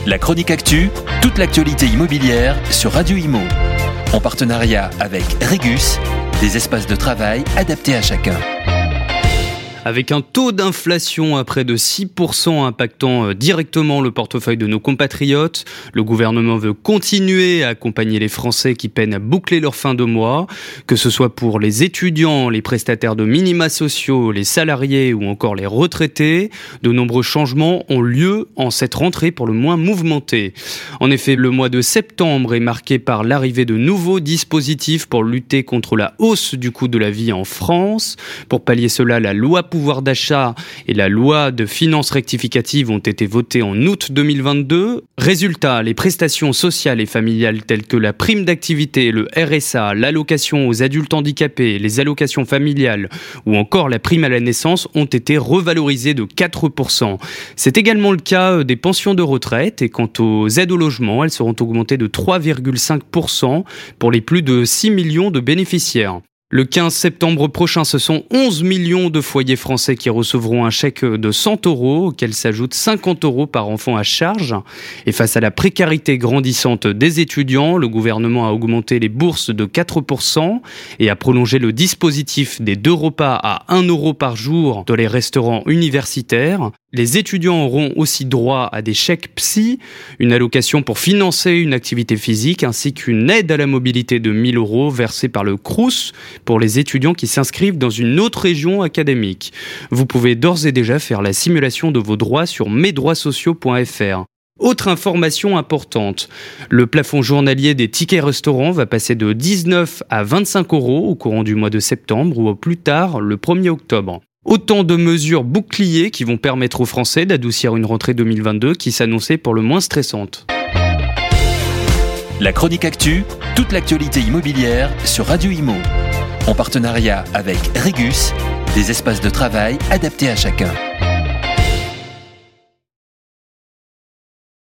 La chronique actu, toute l'actualité immobilière sur Radio Imo. En partenariat avec Regus, des espaces de travail adaptés à chacun. Avec un taux d'inflation à près de 6% impactant directement le portefeuille de nos compatriotes, le gouvernement veut continuer à accompagner les Français qui peinent à boucler leur fin de mois, que ce soit pour les étudiants, les prestataires de minima sociaux, les salariés ou encore les retraités. De nombreux changements ont lieu en cette rentrée pour le moins mouvementée. En effet, le mois de septembre est marqué par l'arrivée de nouveaux dispositifs pour lutter contre la hausse du coût de la vie en France. Pour pallier cela, la loi pouvoir d'achat et la loi de finances rectificative ont été votées en août 2022. Résultat, les prestations sociales et familiales telles que la prime d'activité, le RSA, l'allocation aux adultes handicapés, les allocations familiales ou encore la prime à la naissance ont été revalorisées de 4%. C'est également le cas des pensions de retraite et quant aux aides au logement, elles seront augmentées de 3,5% pour les plus de 6 millions de bénéficiaires. Le 15 septembre prochain, ce sont 11 millions de foyers français qui recevront un chèque de 100 €, auquel s'ajoutent 50 € par enfant à charge. Et face à la précarité grandissante des étudiants, le gouvernement a augmenté les bourses de 4% et a prolongé le dispositif des 2 repas à 1 € par jour dans les restaurants universitaires. Les étudiants auront aussi droit à des chèques psy, une allocation pour financer une activité physique, ainsi qu'une aide à la mobilité de 1 000 € versée par le Crous pour les étudiants qui s'inscrivent dans une autre région académique. Vous pouvez d'ores et déjà faire la simulation de vos droits sur mesdroitssociaux.fr. Autre information importante, le plafond journalier des tickets restaurants va passer de 19 à 25 € au courant du mois de septembre ou au plus tard le 1er octobre. Autant de mesures boucliers qui vont permettre aux Français d'adoucir une rentrée 2022 qui s'annonçait pour le moins stressante. La chronique actu, toute l'actualité immobilière sur Radio Imo. En partenariat avec Regus, des espaces de travail adaptés à chacun.